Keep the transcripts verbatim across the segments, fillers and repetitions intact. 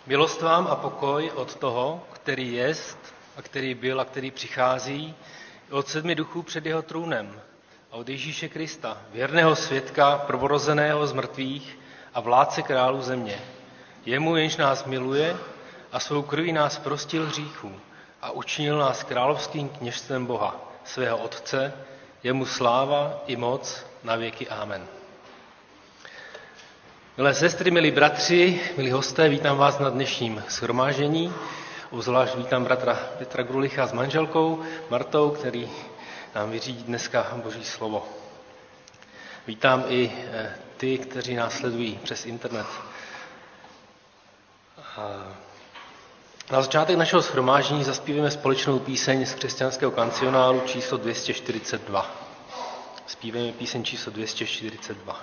Milost vám a pokoj od toho, který jest a který byl a který přichází, od sedmi duchů před jeho trůnem a od Ježíše Krista, věrného svědka, prvorozeného z mrtvých a vládce králů země. Jemu, jenž nás miluje a svou krví nás prostil hříchů a učinil nás královským kněžstvem Boha, svého Otce, jemu sláva i moc na věky. Amen. Milé sestry, milí bratři, milí hosté, vítám vás na dnešním shromáždění. Obzvlášť vítám bratra Petra Grulicha s manželkou Martou, který nám vyřídí dneska Boží slovo. Vítám i ty, kteří nás sledují přes internet. Na začátek našeho shromáždění zazpívíme společnou píseň z křesťanského kancionálu číslo dvě stě čtyřicet dva. Zpíváme píseň číslo dvě stě čtyřicet dva.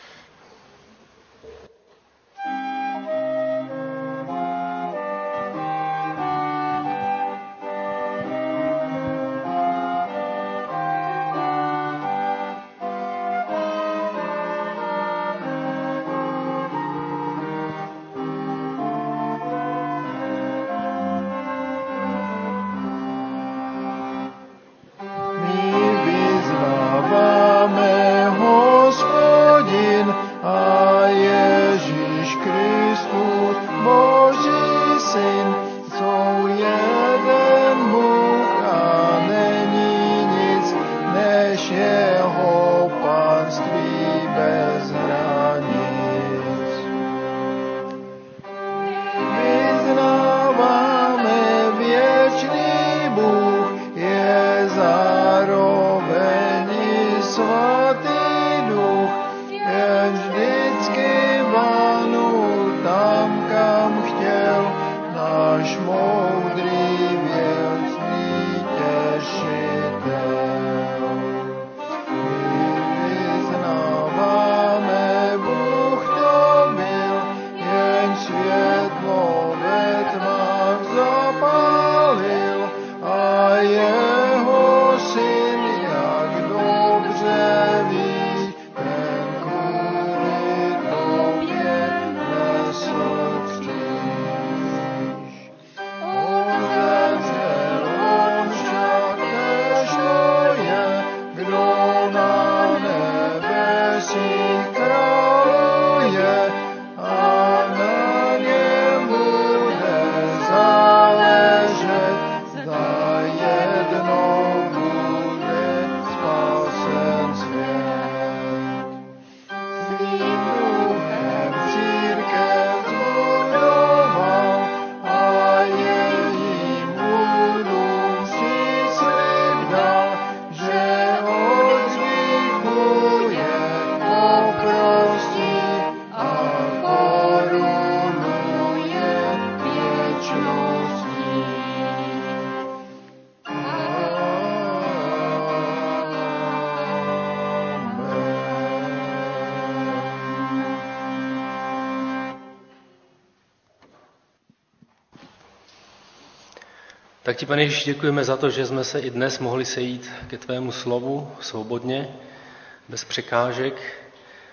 Tak ti, Pane Ježíši, děkujeme za to, že jsme se i dnes mohli sejít ke tvému slovu svobodně, bez překážek,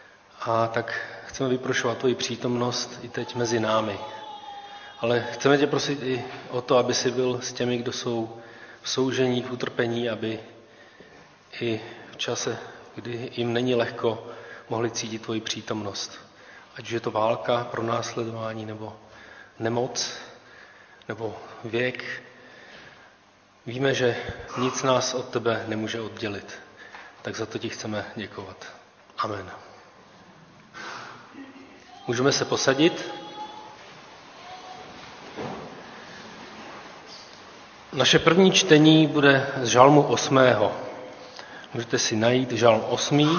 a tak chceme vyprošovat tvoji přítomnost i teď mezi námi. Ale chceme tě prosit i o to, aby jsi byl s těmi, kdo jsou v soužení, v utrpení, aby i v čase, kdy jim není lehko, mohli cítit tvoji přítomnost. Ať už je to válka, pronásledování, nebo nemoc, nebo věk. Víme, že nic nás od tebe nemůže oddělit, tak za to ti chceme děkovat. Amen. Můžeme se posadit. Naše první čtení bude z žalmu osmého. Můžete si najít žalm osmý.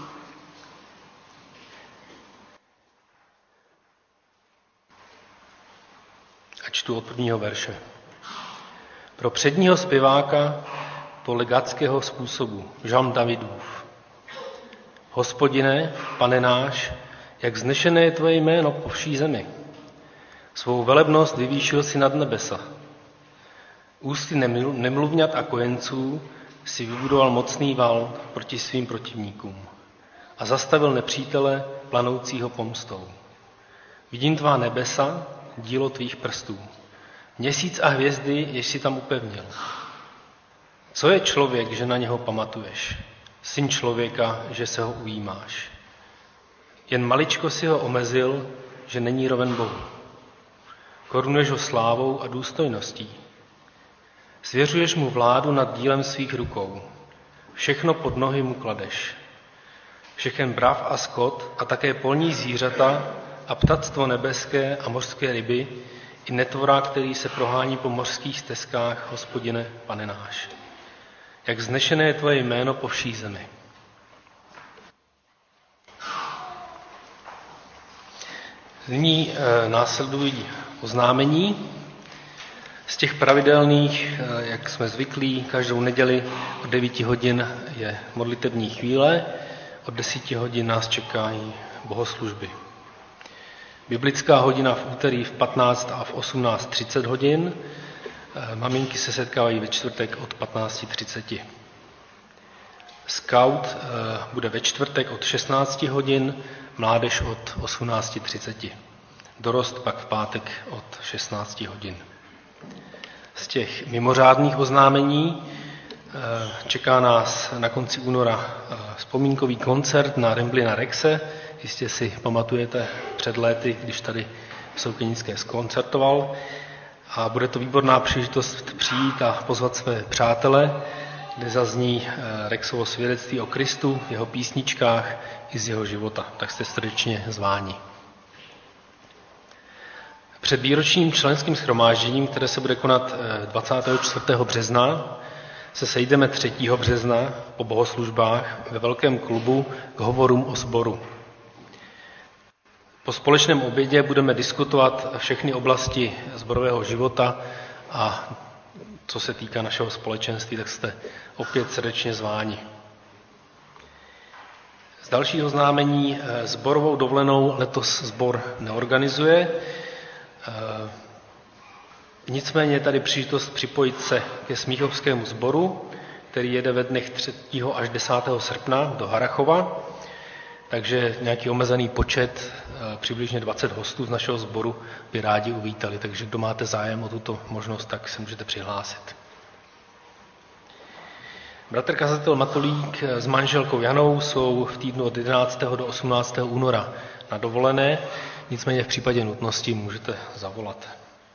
A čtu od prvního verše. Pro předního zpěváka podle gatského způsobu, žalm Davidův. Hospodine, Pane náš, jak vznešené je tvoje jméno po vší zemi. Svou velebnost vyvýšil si nad nebesa. Ústy nemluvňat a kojenců si vybudoval mocný val proti svým protivníkům a zastavil nepřítele planoucího pomstou. Vidím tvá nebesa dílo tvých prstů. Měsíc a hvězdy, jež si tam upevnil. Co je člověk, že na něho pamatuješ? Syn člověka, že se ho ujímáš. Jen maličko si ho omezil, že není roven Bohu. Korunuješ ho slávou a důstojností. Svěřuješ mu vládu nad dílem svých rukou. Všechno pod nohy mu kladeš. Všechen brav a skot a také polní zvířata a ptactvo nebeské a mořské ryby i netvora, který se prohání po mořských stezkách, Hospodine, Pane náš. Jak vznešené je tvoje jméno po vší zemi. Nyní e, následují oznámení. Z těch pravidelných, e, jak jsme zvyklí, každou neděli od devíti hodin je modlitební chvíle, od deseti hodin nás čekají bohoslužby. Biblická hodina v úterý v patnáct a v osmnáct třicet hodin. E, maminky se setkávají ve čtvrtek od patnáct třicet. Scout e, bude ve čtvrtek od šestnáct hodin, mládež od osmnáct třicet. Dorost pak v pátek od šestnáct hodin. Z těch mimořádných oznámení čeká nás na konci února vzpomínkový koncert na Remblina Rexe. Jistě si pamatujete před léty, když tady v Soukenické skoncertoval. A bude to výborná příležitost přijít a pozvat své přátele, kde zazní Rexovo svědectví o Kristu, jeho písničkách i z jeho života. Tak jste srdečně zváni. Před výročním členským shromážděním, které se bude konat dvacátého čtvrtého března, se sejdeme třetího března po bohoslužbách ve velkém klubu k hovorům o sboru. Po společném obědě budeme diskutovat všechny oblasti sborového života a co se týká našeho společenství, tak jste opět srdečně zváni. Z dalšího oznámení sborovou dovolenou letos sbor neorganizuje. Nicméně je tady příležitost připojit se ke Smíchovskému sboru, který jede ve dnech třetího až desátého srpna do Harrachova. Takže nějaký omezený počet, přibližně dvacet hostů z našeho sboru by rádi uvítali. Takže kdo máte zájem o tuto možnost, tak se můžete přihlásit. Bratr kazatel Matolík s manželkou Janou jsou v týdnu od jedenáctého do osmnáctého února na dovolené, nicméně v případě nutnosti můžete zavolat.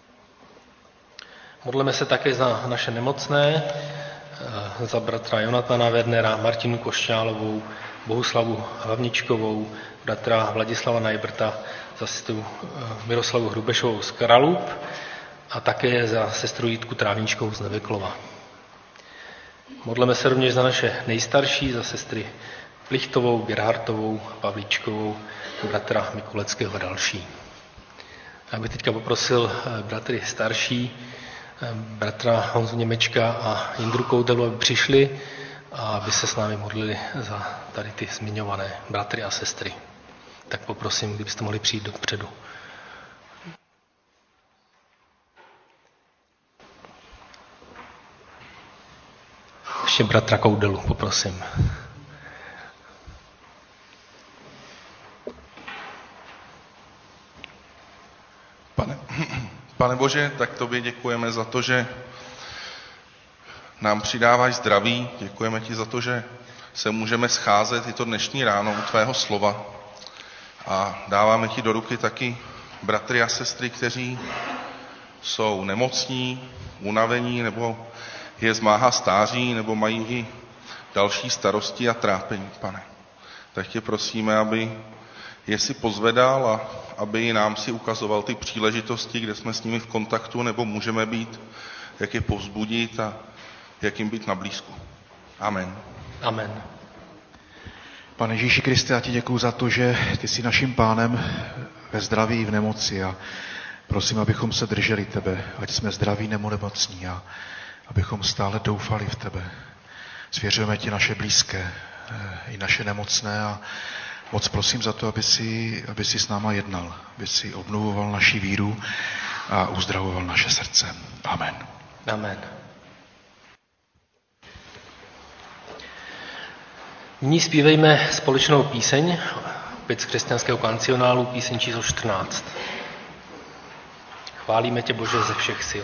Modleme se také za naše nemocné, za bratra Jonatana Wernera, Martinu Košťálovou, Bohuslavu Hlavničkovou, bratra Vladislava Najbrta, za sestru Miroslavu Hrubešovou z Kralup a také za sestru Jitku Trávničkovou z Neveklova. Modleme se rovněž za naše nejstarší, za sestry Plichtovou, Gerhartovou, Pavlíčkovou, bratra Mikuleckého a další. Já bych teďka poprosil bratry starší, bratra Honzu Němečka a Jindru Koudelu, aby přišli a aby se s námi modlili za tady ty zmiňované bratry a sestry. Tak poprosím, kdybyste mohli přijít dopředu. Ještě bratra Koudelu, poprosím. Pane, Pane Bože, tak tobě děkujeme za to, že nám přidáváš zdraví. Děkujeme ti za to, že se můžeme scházet i to dnešní ráno u tvého slova. A dáváme ti do ruky taky bratry a sestry, kteří jsou nemocní, unavení, nebo je zmáhá stáří, nebo mají i další starosti a trápení, Pane. Tak tě prosíme, aby je si pozvedal a aby i nám si ukazoval ty příležitosti, kde jsme s nimi v kontaktu, nebo můžeme být, jak je povzbudit a jak jim být na blízku. Amen. Amen. Pane Ježíši Kriste, já ti děkuju za to, že ty jsi naším pánem ve zdraví i v nemoci a prosím, abychom se drželi tebe, ať jsme zdraví nebo nemocní a abychom stále doufali v tebe. Svěřujeme ti naše blízké i naše nemocné a moc prosím za to, aby si, aby si s náma jednal, aby si obnovoval naši víru a uzdravoval naše srdce. Amen. Amen. Nyní zpívejme společnou píseň, opět z křesťanského kancionálu, píseň číslo čtrnáct. Chválíme tě, Bože, ze všech sil.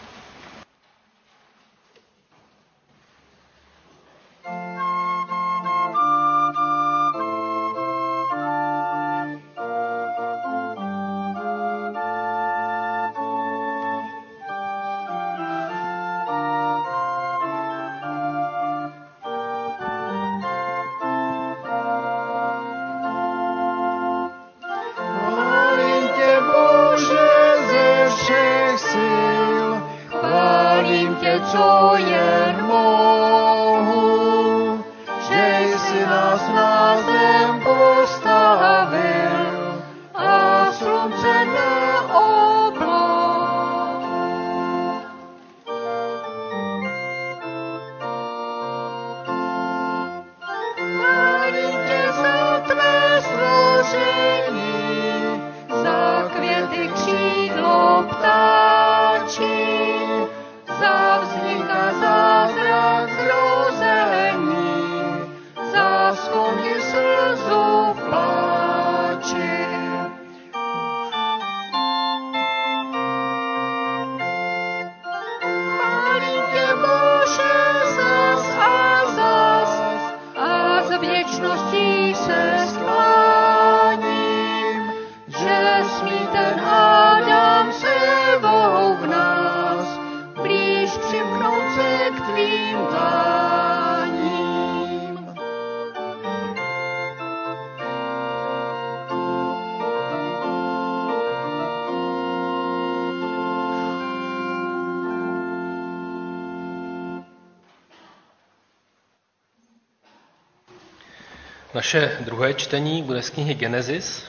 Naše druhé čtení bude z knihy Genesis,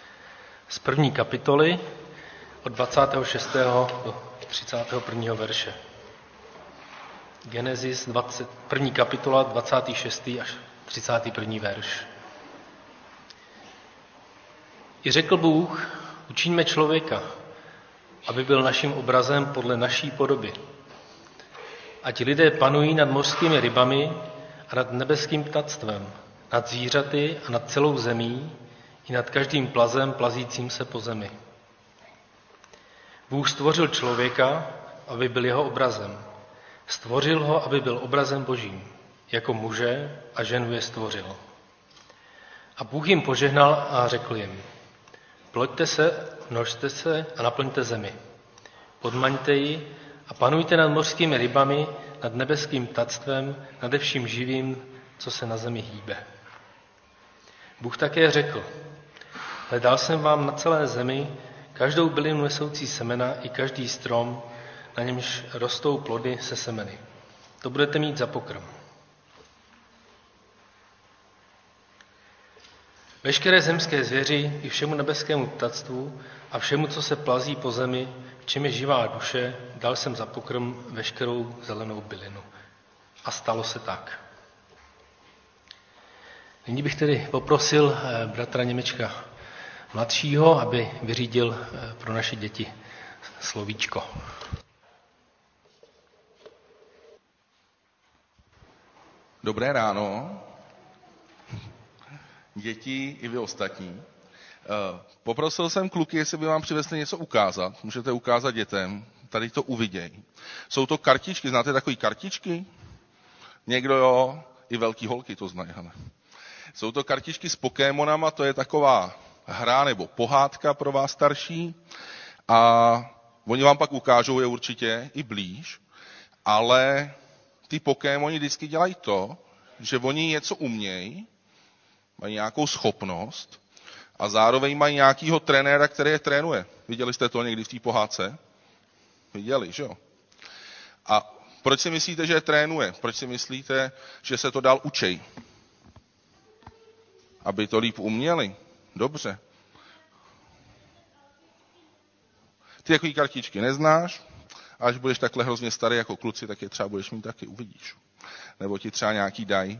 z první kapitoly od dvacátého šestého do třicátého prvního verše. Genesis, dvacet, první kapitola, dvacátý šestý až třicátý první verš. I řekl Bůh, učiňme člověka, aby byl naším obrazem podle naší podoby. Ať lidé panují nad mořskými rybami a nad nebeským ptactvem, nad zvířaty a nad celou zemí i nad každým plazem plazícím se po zemi. Bůh stvořil člověka, aby byl jeho obrazem. Stvořil ho, aby byl obrazem Božím. Jako muže a ženu je stvořil. A Bůh jim požehnal a řekl jim, ploďte se, množte se a naplňte zemi. Podmaňte ji a panujte nad mořskými rybami, nad nebeským ptactvem, nade vším živým, co se na zemi hýbe. Bůh také řekl, hledal jsem vám na celé zemi každou bylinu nesoucí semena i každý strom, na němž rostou plody se semeny. To budete mít za pokrm. Veškeré zemské zvěři i všemu nebeskému ptactvu a všemu, co se plazí po zemi, v čem je živá duše, dal jsem za pokrm veškerou zelenou bylinu. A stalo se tak. Nyní bych tedy poprosil bratra Němečka mladšího, aby vyřídil pro naše děti slovíčko. Dobré ráno, děti i vy ostatní. Poprosil jsem kluky, jestli by vám přivezli něco ukázat. Můžete ukázat dětem, tady to uvidějí. Jsou to kartičky, znáte takové kartičky? Někdo jo, i velký holky to znají. Hele. Jsou to kartičky s Pokémonama, to je taková hra nebo pohádka pro vás starší. A oni vám pak ukážou je určitě i blíž, ale ty Pokémoni vždycky dělají to, že oni něco umějí, mají nějakou schopnost a zároveň mají nějakýho trenéra, který je trénuje. Viděli jste to někdy v té pohádce? Viděli, že jo? A proč si myslíte, že je trénuje? Proč si myslíte, že se to dál učej? Aby to líp uměli. Dobře. Ty takový kartičky neznáš, a až budeš takhle hrozně starý jako kluci, tak je třeba budeš mít taky, uvidíš. Nebo ti třeba nějaký dají.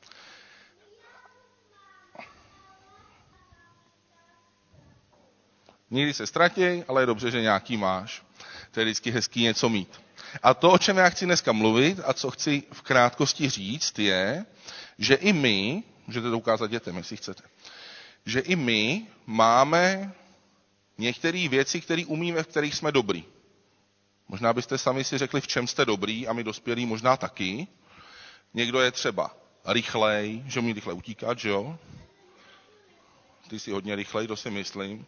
Někdy se ztratěj, ale je dobře, že nějaký máš. To je vždycky hezký něco mít. A to, o čem já chci dneska mluvit a co chci v krátkosti říct, je, že i my, můžete to ukázat dětem, jestli chcete, že i my máme některé věci, které umíme, v kterých jsme dobrý. Možná byste sami si řekli, v čem jste dobrý, a my dospělí možná taky. Někdo je třeba rychlej, že umí rychle utíkat, že jo? Ty jsi hodně rychlej, to si myslím.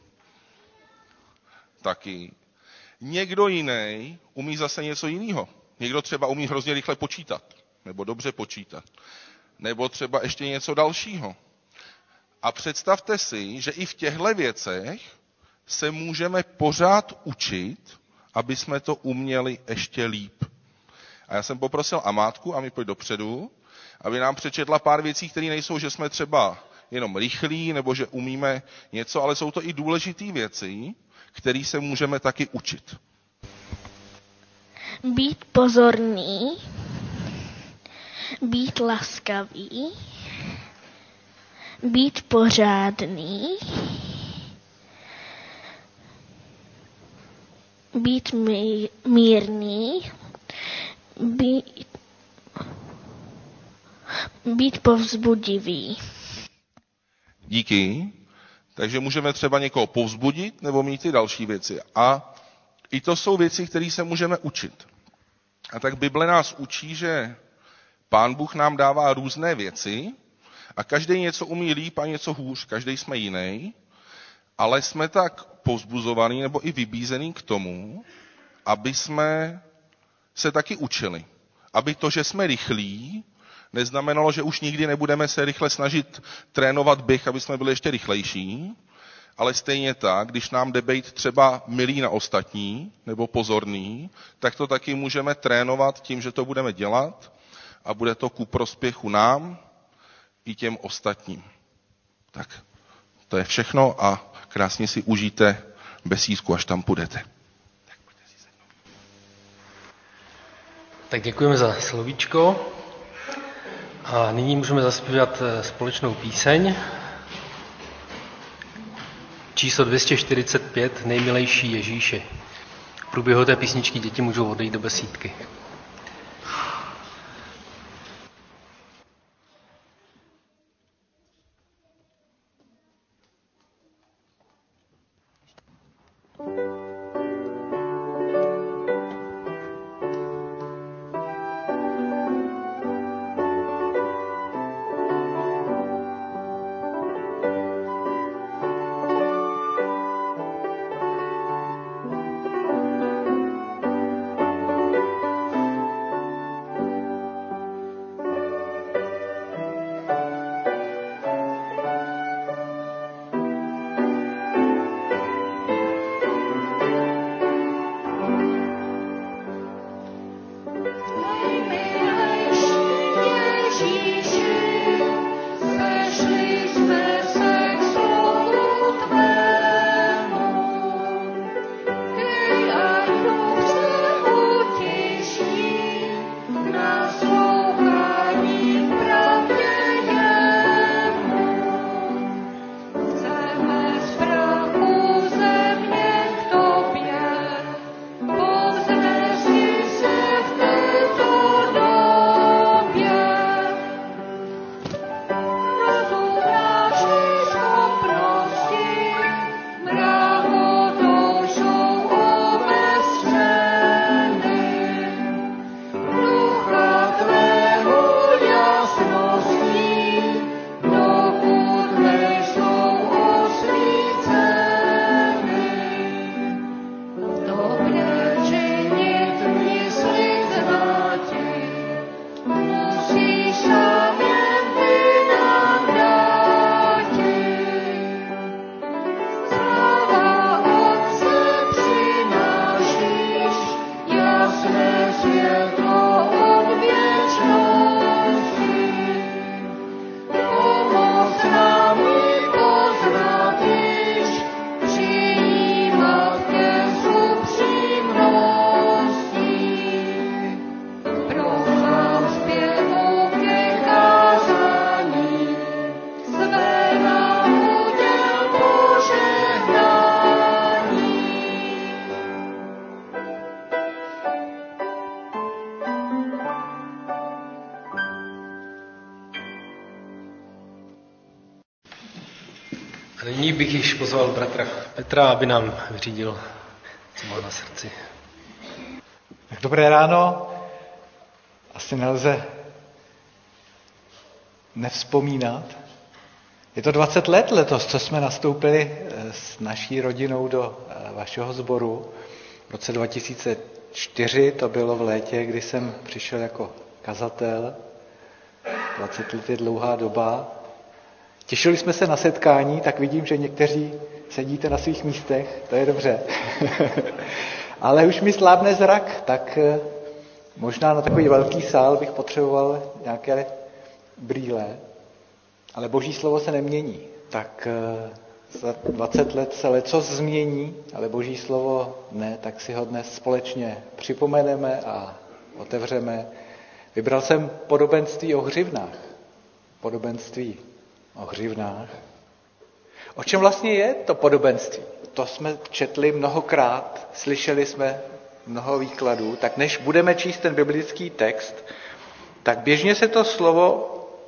Taky. Někdo jiný umí zase něco jiného. Někdo třeba umí hrozně rychle počítat, nebo dobře počítat, nebo třeba ještě něco dalšího. A představte si, že i v těchto věcech se můžeme pořád učit, aby jsme to uměli ještě líp. A já jsem poprosil Amátku, a mi pojď dopředu, aby nám přečetla pár věcí, které nejsou, že jsme třeba jenom rychlí, nebo že umíme něco, ale jsou to i důležité věci, které se můžeme taky učit. Být pozorný, být laskavý, být pořádný, být mí, mírný, být, být povzbudivý. Díky. Takže můžeme třeba někoho povzbudit nebo mít ty další věci. A i to jsou věci, které se můžeme učit. A tak Bible nás učí, že Pán Bůh nám dává různé věci a každý něco umí líp a něco hůř, každý jsme jiný, ale jsme tak povzbuzovaní nebo i vybízení k tomu, aby jsme se taky učili. Aby to, že jsme rychlí, neznamenalo, že už nikdy nebudeme se rychle snažit trénovat běh, aby jsme byli ještě rychlejší, ale stejně tak, když nám jde být třeba milí na ostatní nebo pozorný, tak to taky můžeme trénovat tím, že to budeme dělat a bude to ku prospěchu nám i těm ostatním. Tak to je všechno a krásně si užijte besídku, až tam půjdete. Tak děkujeme za slovíčko a nyní můžeme zaspívat společnou píseň. Číslo dvě stě čtyřicet pět, Nejmilejší Ježíši. V průběhu té písničky děti můžou odejít do besídky. A nyní bych již pozval bratra Petra, aby nám vyřídil, co má na srdci. Tak dobré ráno. Asi nelze nevzpomínat. Je to dvacet let letos, co jsme nastoupili s naší rodinou do vašeho sboru. V roce dva tisíce čtyři to bylo v létě, kdy jsem přišel jako kazatel. dvacet let je dlouhá doba. Těšili jsme se na setkání, tak vidím, že někteří sedíte na svých místech, to je dobře. Ale už mi slábne zrak, tak možná na takový velký sál bych potřeboval nějaké brýle. Ale Boží slovo se nemění. Tak za dvacet let se lecos změní, ale Boží slovo ne, tak si ho dnes společně připomeneme a otevřeme. Vybral jsem podobenství o hřivnách. Podobenství o hřivnách. O čem vlastně je to podobenství? To jsme četli mnohokrát, slyšeli jsme mnoho výkladů, tak než budeme číst ten biblický text, tak běžně se to slovo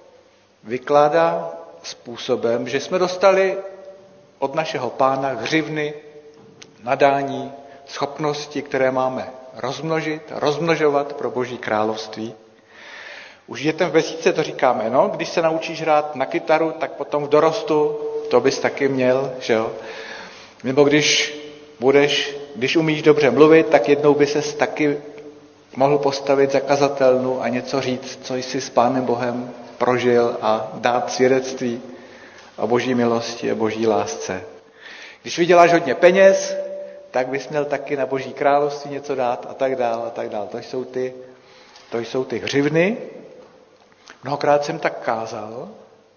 vykládá způsobem, že jsme dostali od našeho Pána hřivny, nadání, schopnosti, které máme rozmnožit, rozmnožovat pro Boží království. Už dětem v besídce to říkáme, no, když se naučíš hrát na kytaru, tak potom v dorostu to bys taky měl, že jo. Nebo když budeš, když umíš dobře mluvit, tak jednou by ses taky mohl postavit za kazatelnu a něco říct, co jsi s Pánem Bohem prožil a dát svědectví o Boží milosti a Boží lásce. Když vyděláš hodně peněz, tak bys měl taky na Boží království něco dát a tak dál a tak dál. To jsou ty, to jsou ty hřivny. Mnohokrát jsem tak kázal.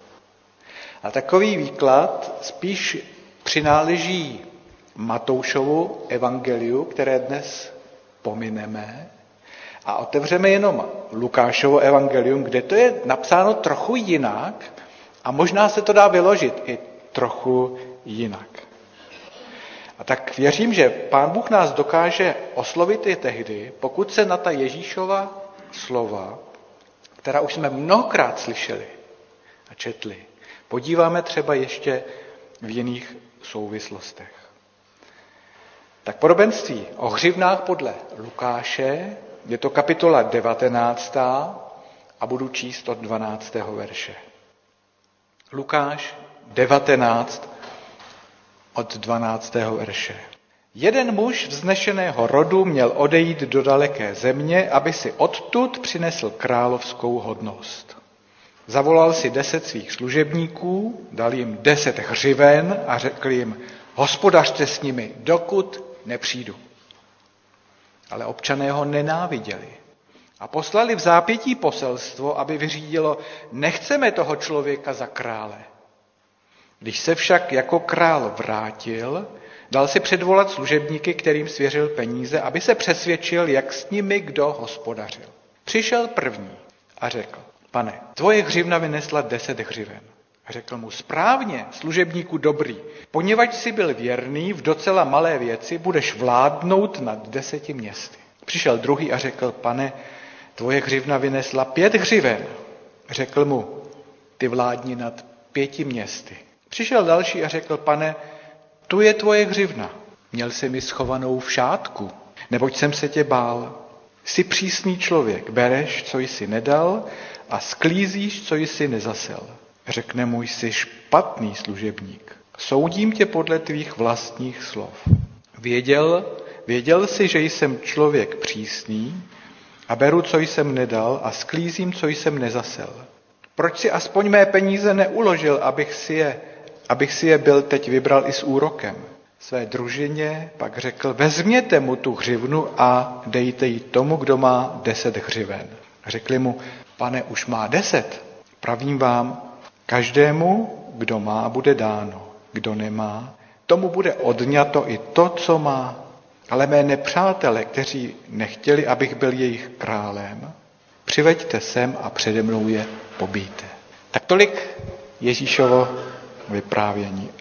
A takový výklad spíš přináleží Matoušovu evangeliu, které dnes pomineme, a otevřeme jenom Lukášovo evangelium, kde to je napsáno trochu jinak a možná se to dá vyložit i trochu jinak. A tak věřím, že Pán Bůh nás dokáže oslovit i tehdy, pokud se na ta Ježíšova slova, která už jsme mnohokrát slyšeli a četli, podíváme třeba ještě v jiných souvislostech. Tak podobenství o hřivnách podle Lukáše, je to kapitola devatenáctá a budu číst od dvanáctého verše. Lukáš devatenáct od dvanáctého verše. Jeden muž vznešeného rodu měl odejít do daleké země, aby si odtud přinesl královskou hodnost. Zavolal si deset svých služebníků, dal jim deset hřiven a řekl jim, hospodařte s nimi, dokud nepřijdu. Ale občané ho nenáviděli a poslali v zápětí poselstvo, aby vyřídilo, nechceme toho člověka za krále. Když se však jako král vrátil, dal si předvolat služebníky, kterým svěřil peníze, aby se přesvědčil, jak s nimi kdo hospodařil. Přišel první a řekl, pane, tvoje hřivna vynesla deset hřiven. Řekl mu, správně, služebníku dobrý, poněvadž jsi byl věrný v docela malé věci, budeš vládnout nad deseti městy. Přišel druhý a řekl, pane, tvoje hřivna vynesla pět hřiven. Řekl mu, ty vládni nad pěti městy. Přišel další a řekl, pane, tu je tvoje hřivna. Měl jsi mi schovanou v šátku, neboť jsem se tě bál. Jsi přísný člověk, bereš, co jsi nedal a sklízíš, co jsi nezasel. Řekne mu, jsi špatný služebník. Soudím tě podle tvých vlastních slov. Věděl, věděl jsi, že jsem člověk přísný a beru, co jsem nedal a sklízím, co jsem nezasel. Proč si aspoň mé peníze neuložil, abych si je, abych si je byl teď vybral i s úrokem? Své družině pak řekl, vezměte mu tu hřivnu a dejte ji tomu, kdo má deset hřiven. Řekli mu, pane, už má deset. Pravím vám, každému, kdo má, bude dáno. Kdo nemá, tomu bude odňato i to, co má. Ale mé nepřátele, kteří nechtěli, abych byl jejich králem, přiveďte sem a přede mnou je pobijte. Tak tolik Ježíšovo vyprávění.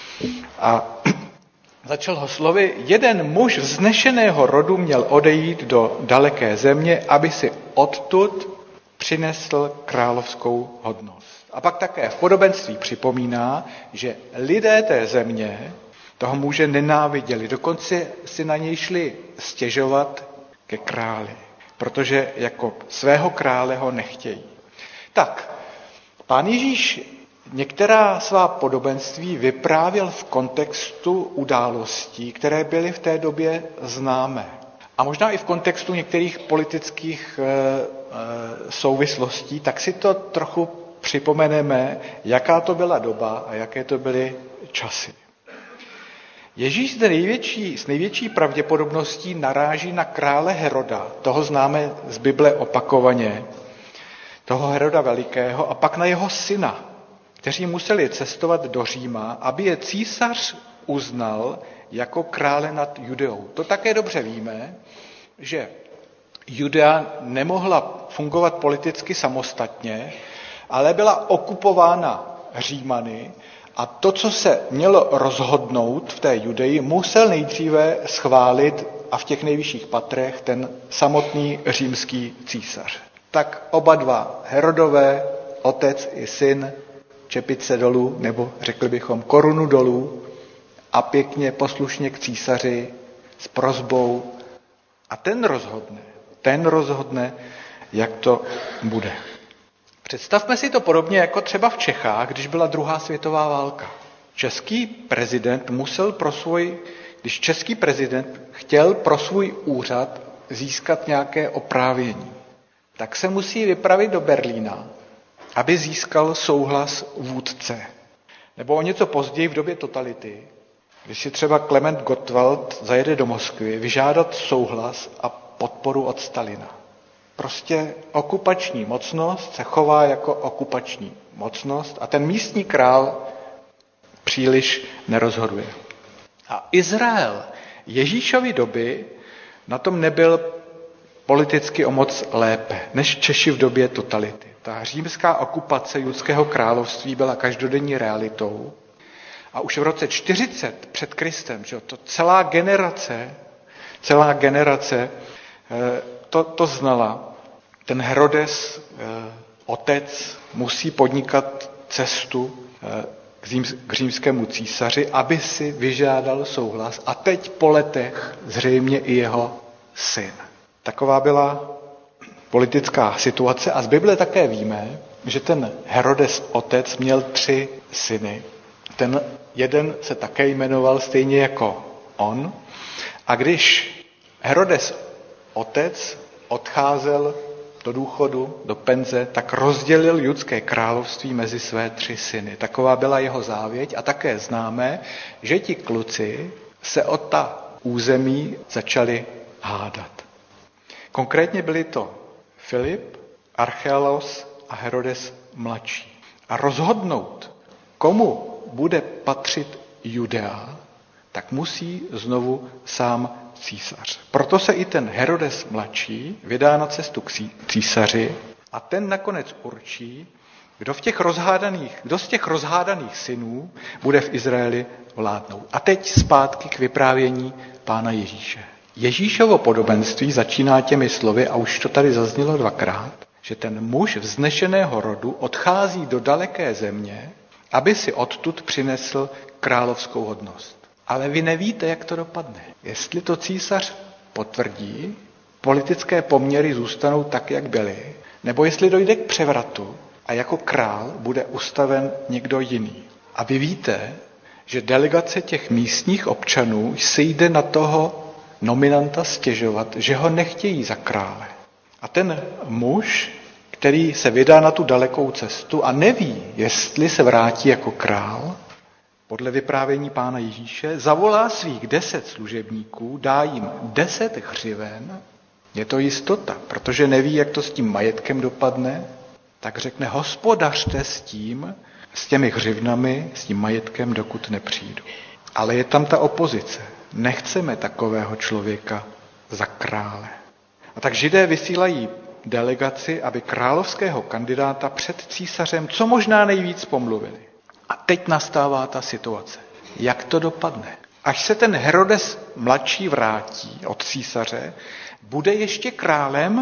A začal ho slovy, jeden muž vznešeného rodu měl odejít do daleké země, aby si odtud přinesl královskou hodnost. A pak také v podobenství připomíná, že lidé té země toho muže nenáviděli, dokonce si na něj šli stěžovat ke králi, protože jako svého krále ho nechtějí. Tak, Pán Ježíš některá svá podobenství vyprávěl v kontextu událostí, které byly v té době známé. A možná i v kontextu některých politických e, e, souvislostí, tak si to trochu připomeneme, jaká to byla doba a jaké to byly časy. Ježíš zde největší, s největší pravděpodobností naráží na krále Heroda, toho známe z Bible opakovaně, toho Heroda Velikého, a pak na jeho syna, kteří museli cestovat do Říma, aby je císař uznal jako krále nad Judeou. To také dobře víme, že Judea nemohla fungovat politicky samostatně, ale byla okupována Římany a to, co se mělo rozhodnout v té Judeji, musel nejdříve schválit a v těch nejvyšších patrech ten samotný římský císař. Tak oba dva Herodové, otec i syn, čepice dolů, nebo řekli bychom korunu dolů a pěkně poslušně k císaři s prosbou. A ten rozhodne, ten rozhodne, jak to bude. Představme si to podobně jako třeba v Čechách, když byla druhá světová válka. Český prezident musel pro svůj, když český prezident chtěl pro svůj úřad získat nějaké oprávnění, tak se musí vypravit do Berlína, aby získal souhlas vůdce. Nebo o něco později v době totality, když si třeba Klement Gottwald zajede do Moskvy vyžádat souhlas a podporu od Stalina. Prostě okupační mocnost se chová jako okupační mocnost a ten místní král příliš nerozhoduje. A Izrael Ježíšovy doby na tom nebyl politicky o moc lépe než Češi v době totality. Ta římská okupace judského království byla každodenní realitou a už v roce čtyřicet před Kristem, že to celá generace, celá generace to, to znala. Ten Herodes, otec, musí podnikat cestu k římskému císaři, aby si vyžádal souhlas a teď po letech zřejmě i jeho syn. Taková byla politická situace a z Bible také víme, že ten Herodes otec měl tři syny. Ten jeden se také jmenoval stejně jako on a když Herodes otec odcházel do důchodu, do penze, tak rozdělil judské království mezi své tři syny. Taková byla jeho závěť a také známe, že ti kluci se o ta území začali hádat. Konkrétně byli to Filip, Archelos a Herodes mladší. A rozhodnout, komu bude patřit Judea, tak musí znovu sám císař. Proto se i ten Herodes mladší vydá na cestu k císaři a ten nakonec určí, kdo, v těch rozhádaných, kdo z těch rozhádaných synů bude v Izraeli vládnout. A teď zpátky k vyprávění Pána Ježíše. Ježíšovo podobenství začíná těmi slovy, a už to tady zaznělo dvakrát, že ten muž vznešeného rodu odchází do daleké země, aby si odtud přinesl královskou hodnost. Ale vy nevíte, jak to dopadne. Jestli to císař potvrdí, politické poměry zůstanou tak, jak byly, nebo jestli dojde k převratu a jako král bude ustaven někdo jiný. A vy víte, že delegace těch místních občanů se jde na toho nominanta stěžovat, že ho nechtějí za krále. A ten muž, který se vydá na tu dalekou cestu a neví, jestli se vrátí jako král, podle vyprávění Pána Ježíše zavolá svých deset služebníků, dá jim deset hřiven, je to jistota, protože neví, jak to s tím majetkem dopadne, tak řekne, hospodařte s tím, s těmi hřivnami, s tím majetkem, dokud nepřijdu. Ale je tam ta opozice. Nechceme takového člověka za krále. A tak Židé vysílají delegaci, aby královského kandidáta před císařem co možná nejvíc pomluvili. A teď nastává ta situace. Jak to dopadne? Až se ten Herodes mladší vrátí od císaře, bude ještě králem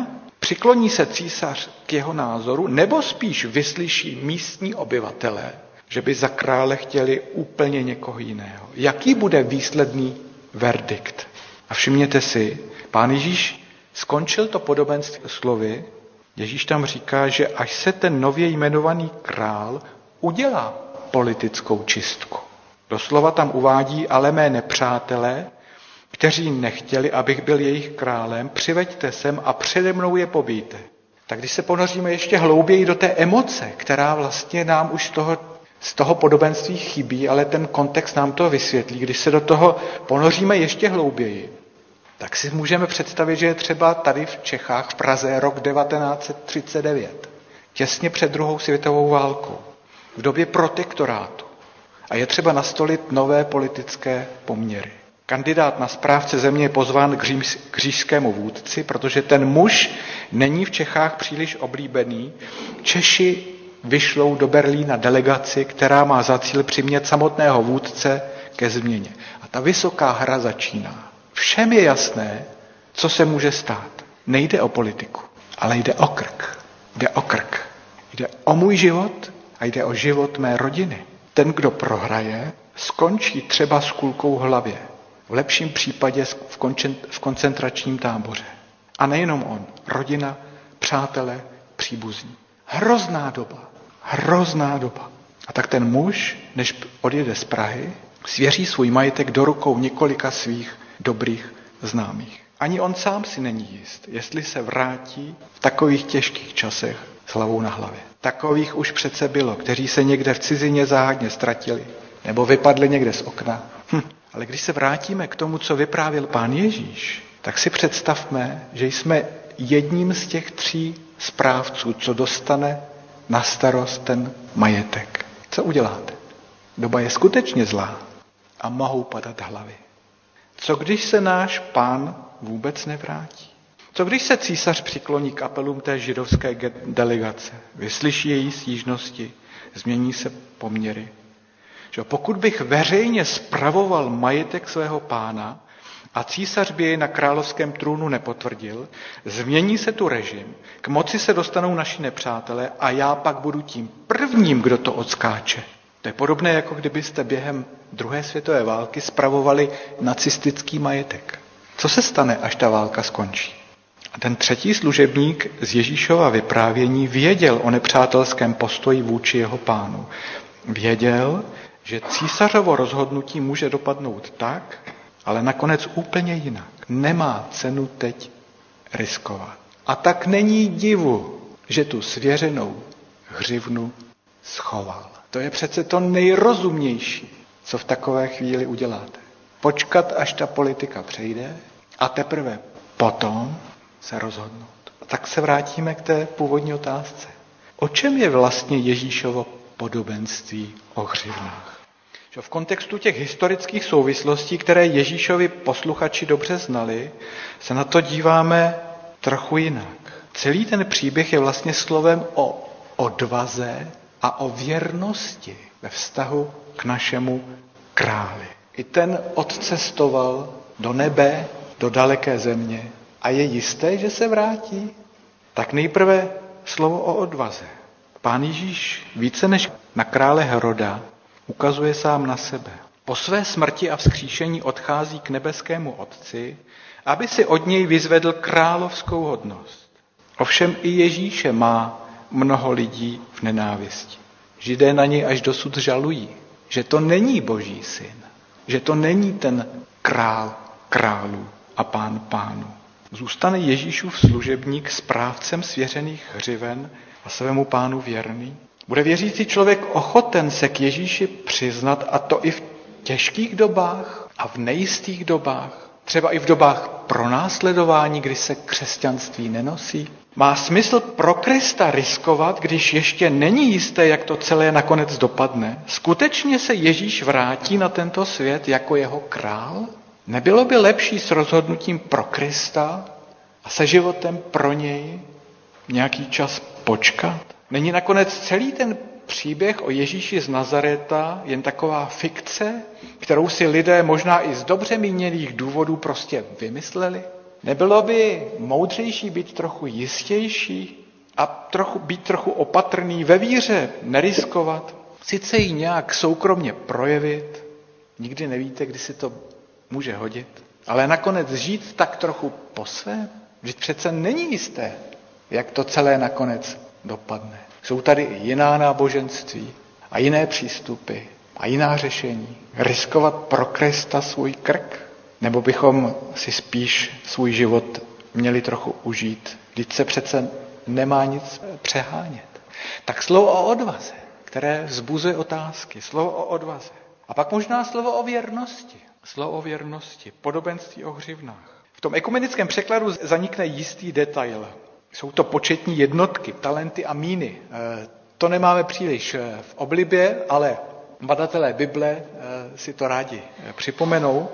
Přikloní se císař k jeho názoru, nebo spíš vyslyší místní obyvatelé, že by za krále chtěli úplně někoho jiného? Jaký bude výsledný verdikt? A všimněte si, pán Ježíš skončil to podobenství slovy. Ježíš tam říká, že až se ten nově jmenovaný král udělá politickou čistku. Doslova tam uvádí, ale mé nepřátelé, kteří nechtěli, abych byl jejich králem, přiveďte sem a přede mnou je pobijte. Tak když se ponoříme ještě hlouběji do té emoce, která vlastně nám už z toho, z toho podobenství chybí, ale ten kontext nám to vysvětlí, když se do toho ponoříme ještě hlouběji, tak si můžeme představit, že je třeba tady v Čechách, v Praze, rok devatenáct set třicet devět, těsně před druhou světovou válkou, v době protektorátu. A je třeba nastolit nové politické poměry. Kandidát na správce země je pozván k, říms, k říšskému vůdci, protože ten muž není v Čechách příliš oblíbený. Češi vyšlou do Berlína delegaci, která má za cíl přimět samotného vůdce ke změně. A ta vysoká hra začíná. Všem je jasné, co se může stát. Nejde o politiku, ale jde o krk. Jde o krk. Jde o můj život a jde o život mé rodiny. Ten, kdo prohraje, skončí třeba s kulkou v hlavě. V lepším případě v koncentračním táboře. A nejenom on. Rodina, přátelé, příbuzní. Hrozná doba. Hrozná doba. A tak ten muž, než odjede z Prahy, svěří svůj majetek do rukou několika svých dobrých známých. Ani on sám si není jist, jestli se vrátí v takových těžkých časech s hlavou na hlavě. Takových už přece bylo, kteří se někde v cizině záhadně ztratili, nebo vypadli někde z okna. Hm. Ale když se vrátíme k tomu, co vyprávěl pán Ježíš, tak si představme, že jsme jedním z těch tří správců, co dostane na starost ten majetek. Co uděláte? Doba je skutečně zlá a mohou padat hlavy. Co když se náš pán vůbec nevrátí? Co když se císař přikloní k apelům té židovské delegace, vyslyší její stížnosti, změní se poměry? Že pokud bych veřejně spravoval majetek svého pána a císař by jej na královském trůnu nepotvrdil, změní se tu režim, k moci se dostanou naši nepřátelé a já pak budu tím prvním, kdo to odskáče. To je podobné, jako kdybyste během druhé světové války spravovali nacistický majetek. Co se stane, až ta válka skončí? A ten třetí služebník z Ježíšova vyprávění věděl o nepřátelském postoji vůči jeho pánu. Věděl, že císařovo rozhodnutí může dopadnout tak, ale nakonec úplně jinak. Nemá cenu teď riskovat. A tak není divu, že tu svěřenou hřivnu schoval. To je přece to nejrozumnější, co v takové chvíli uděláte. Počkat, až ta politika přejde a teprve potom se rozhodnout. A tak se vrátíme k té původní otázce. O čem je vlastně Ježíšovo podobenství o hřivnách? V kontextu těch historických souvislostí, které Ježíšovi posluchači dobře znali, se na to díváme trochu jinak. Celý ten příběh je vlastně slovem o odvaze a o věrnosti ve vztahu k našemu králi. I ten odcestoval do nebe, do daleké země a je jisté, že se vrátí. Tak nejprve slovo o odvaze. Pán Ježíš více než na krále Heroda ukazuje sám na sebe. Po své smrti a vzkříšení odchází k nebeskému Otci, aby si od něj vyzvedl královskou hodnost. Ovšem i Ježíše má mnoho lidí v nenávisti. Židé na něj až dosud žalují, že to není Boží syn, že to není ten král králů a pán pánů. Zůstane Ježíšův služebník správcem svěřených hřiven a svému pánu věrný? Bude věřící člověk ochoten se k Ježíši přiznat, a to i v těžkých dobách a v nejistých dobách, třeba i v dobách pronásledování, kdy se křesťanství nenosí? Má smysl pro Krista riskovat, když ještě není jisté, jak to celé nakonec dopadne? Skutečně se Ježíš vrátí na tento svět jako jeho král? Nebylo by lepší s rozhodnutím pro Krista a se životem pro něj nějaký čas počkat? Není nakonec celý ten příběh o Ježíši z Nazareta jen taková fikce, kterou si lidé možná i z dobře míněných důvodů prostě vymysleli? Nebylo by moudřejší být trochu jistější a trochu, být trochu opatrný ve víře, neriskovat, sice ji nějak soukromně projevit, nikdy nevíte, kdy si to může hodit, ale nakonec žít tak trochu po svém, vždyť přece není jisté, jak to celé nakonec dopadne. Jsou tady i jiná náboženství a jiné přístupy a jiná řešení. Riskovat pro Krista svůj krk? Nebo bychom si spíš svůj život měli trochu užít? Vždyť se přece nemá nic přehánět. Tak slovo o odvaze, které vzbuzuje otázky. Slovo o odvaze. A pak možná slovo o věrnosti. Slovo o věrnosti, podobenství o hřivnách. V tom ekumenickém překladu zanikne jistý detail. Jsou to početní jednotky, talenty a míny. To nemáme příliš v oblibě, ale badatelé Bible si to rádi připomenou.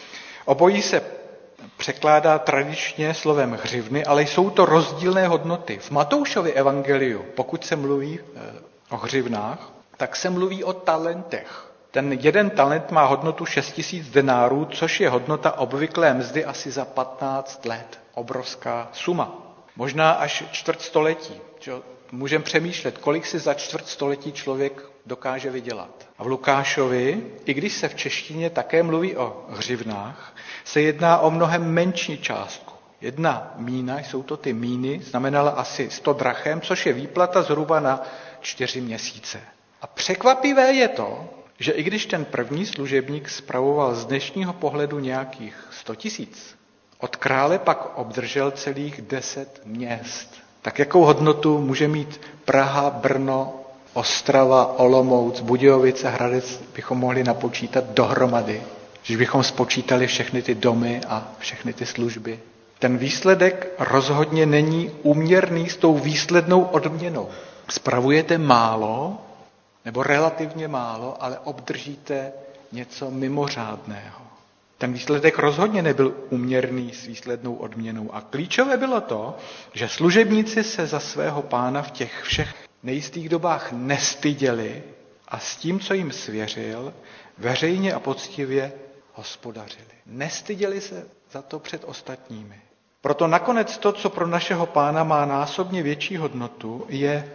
Obojí se překládá tradičně slovem hřivny, ale jsou to rozdílné hodnoty. V Matoušově evangeliu, pokud se mluví o hřivnách, tak se mluví o talentech. Ten jeden talent má hodnotu šest tisíc denárů, což je hodnota obvyklé mzdy asi za patnáct let. Obrovská suma. Možná až čtvrt století. Můžeme přemýšlet, kolik si za čtvrt století člověk dokáže vydělat. A v Lukášovi, i když se v češtině také mluví o hřivnách, se jedná o mnohem menší částku. Jedna mína, jsou to ty míny, znamenala asi sto drachem, což je výplata zhruba na čtyři měsíce. A překvapivé je to, že i když ten první služebník spravoval z dnešního pohledu nějakých sto tisíc, od krále pak obdržel celých deset měst. Tak jakou hodnotu může mít Praha, Brno, Ostrava, Olomouc, Budějovice, Hradec, bychom mohli napočítat dohromady, když bychom spočítali všechny ty domy a všechny ty služby. Ten výsledek rozhodně není úměrný s tou výslednou odměnou. Spravujete málo, nebo relativně málo, ale obdržíte něco mimořádného. Ten výsledek rozhodně nebyl úměrný s výslednou odměnou. A klíčové bylo to, že služebníci se za svého pána v těch všech nejistých dobách nestyděli a s tím, co jim svěřil, veřejně a poctivě hospodařili. Nestyděli se za to před ostatními. Proto nakonec to, co pro našeho pána má násobně větší hodnotu, je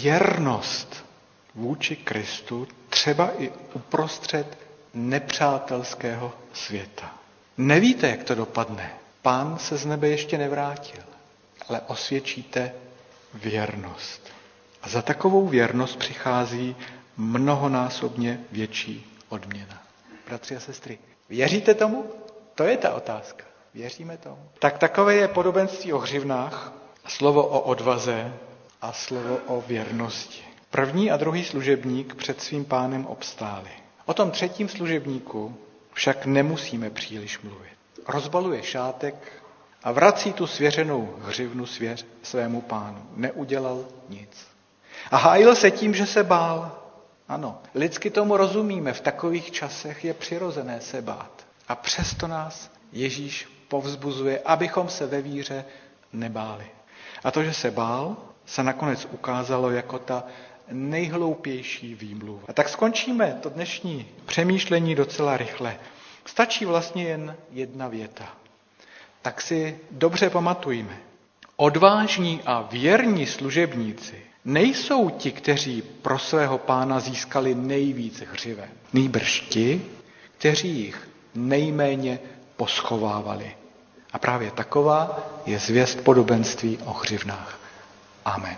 věrnost vůči Kristu, třeba i uprostřed nepřátelského světa. Nevíte, jak to dopadne. Pán se z nebe ještě nevrátil, ale osvědčíte věrnost. A za takovou věrnost přichází mnohonásobně větší odměna. Bratři a sestry, věříte tomu? To je ta otázka. Věříme tomu? Tak takové je podobenství o hřivnách, slovo o odvaze a slovo o věrnosti. První a druhý služebník před svým pánem obstáli. O tom třetím služebníku však nemusíme příliš mluvit. Rozbaluje šátek a vrací tu svěřenou hřivnu svěř svému pánu. Neudělal nic. A hájil se tím, že se bál. Ano, lidsky tomu rozumíme, v takových časech je přirozené se bát. A přesto nás Ježíš povzbuzuje, abychom se ve víře nebáli. A to, že se bál, se nakonec ukázalo jako ta nejhloupější výmluva. A tak skončíme to dnešní přemýšlení docela rychle. Stačí vlastně jen jedna věta. Tak si dobře pamatujme. Odvážní a věrní služebníci nejsou ti, kteří pro svého pána získali nejvíce hřiven. Nýbrž ti, kteří jich nejméně poschovávali. A právě taková je zvěst podobenství o hřivnách. Amen.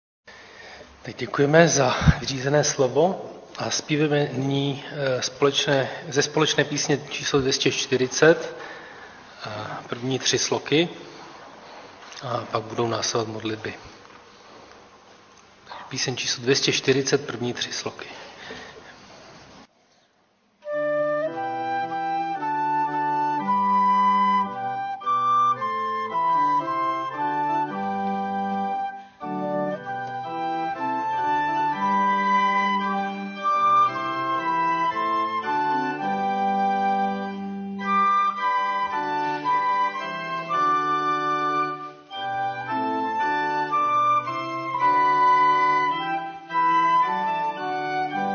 Tak děkujeme za vyřízené slovo a zpíváme nyní společné, ze společné písně číslo dvě stě čtyřicet, první tři sloky a pak budou následovat modlitby. Píseň číslo dvě stě čtyřicet, první tři sloky. Thank you.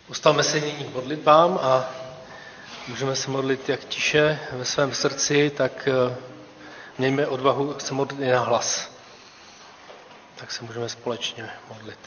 Ustavme se nyní k modlitbám a můžeme se modlit jak tiše ve svém srdci, tak mějme odvahu se modlit i na hlas. Tak se můžeme společně modlit.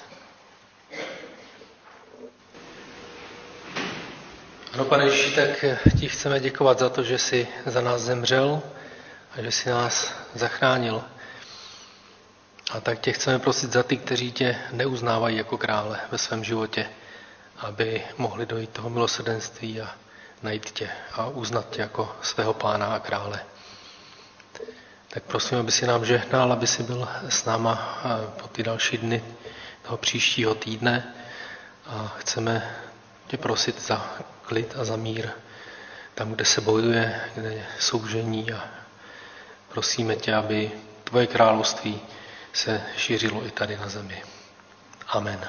Ano, Pane Ježíši, tak ti chceme děkovat za to, že jsi za nás zemřel a že jsi nás zachránil. A tak tě chceme prosit za ty, kteří tě neuznávají jako krále ve svém životě, aby mohli dojít toho milosrdenství a najít tě a uznat tě jako svého pána a krále. Tak prosím, aby si nám žehnal, aby si byl s náma po ty další dny toho příštího týdne a chceme tě prosit za klid a za mír tam, kde se bojuje, kde je soužení a prosíme tě, aby tvoje království se šířilo i tady na zemi. Amen.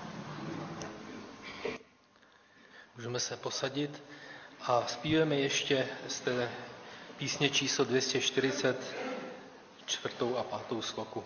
Můžeme se posadit a zpíváme ještě z té písně číslo dvě stě čtyřicet, čtvrtou a pátou sloku.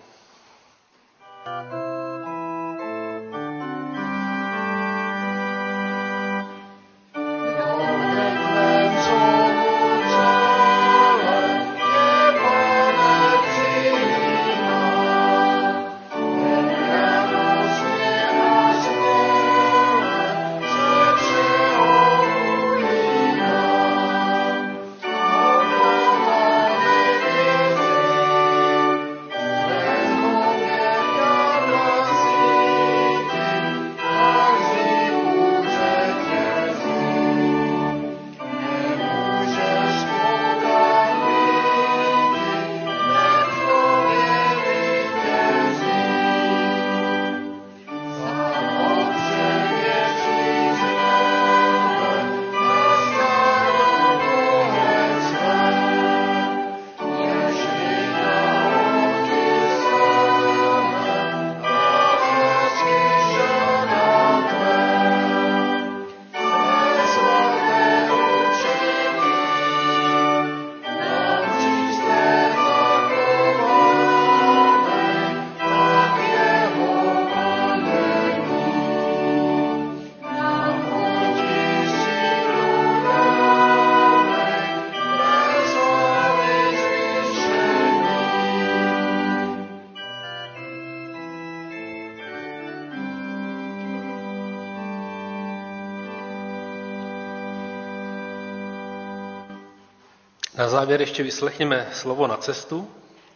Na závěr ještě vyslechněme slovo na cestu.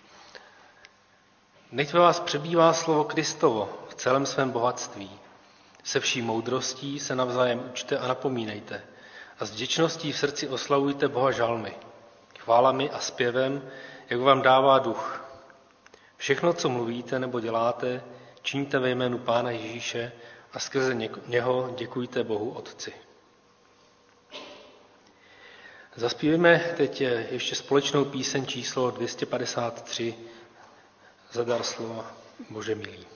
Nechť ve vás přebývá slovo Kristovo v celém svém bohatství. Se vší moudrostí se navzájem učte a napomínejte. A s vděčností v srdci oslavujte Boha žalmy, chválami a zpěvem, jak vám dává duch. Všechno, co mluvíte nebo děláte, čiňte ve jménu Pána Ježíše a skrze něho děkujte Bohu Otci. Zaspívíme teď ještě společnou píseň číslo dvě stě padesát tři za dar slova Bože milý.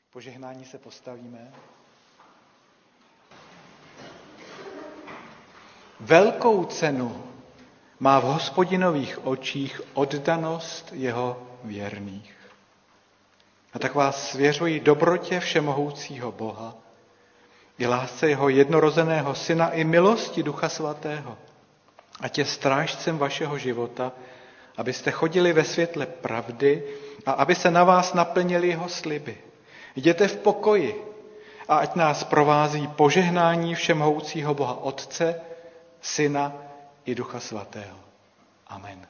požehnání se postavíme. Velkou cenu má v Hospodinových očích oddanost jeho věrných. A tak vás svěřuji dobrotě všemohoucího Boha, i lásce jeho jednorozeného Syna, i milosti Ducha Svatého, ať je strážcem vašeho života, abyste chodili ve světle pravdy a aby se na vás naplnili jeho sliby. Jděte v pokoji a ať nás provází požehnání všemohoucího Boha Otce, Syna i Ducha Svatého. Amen.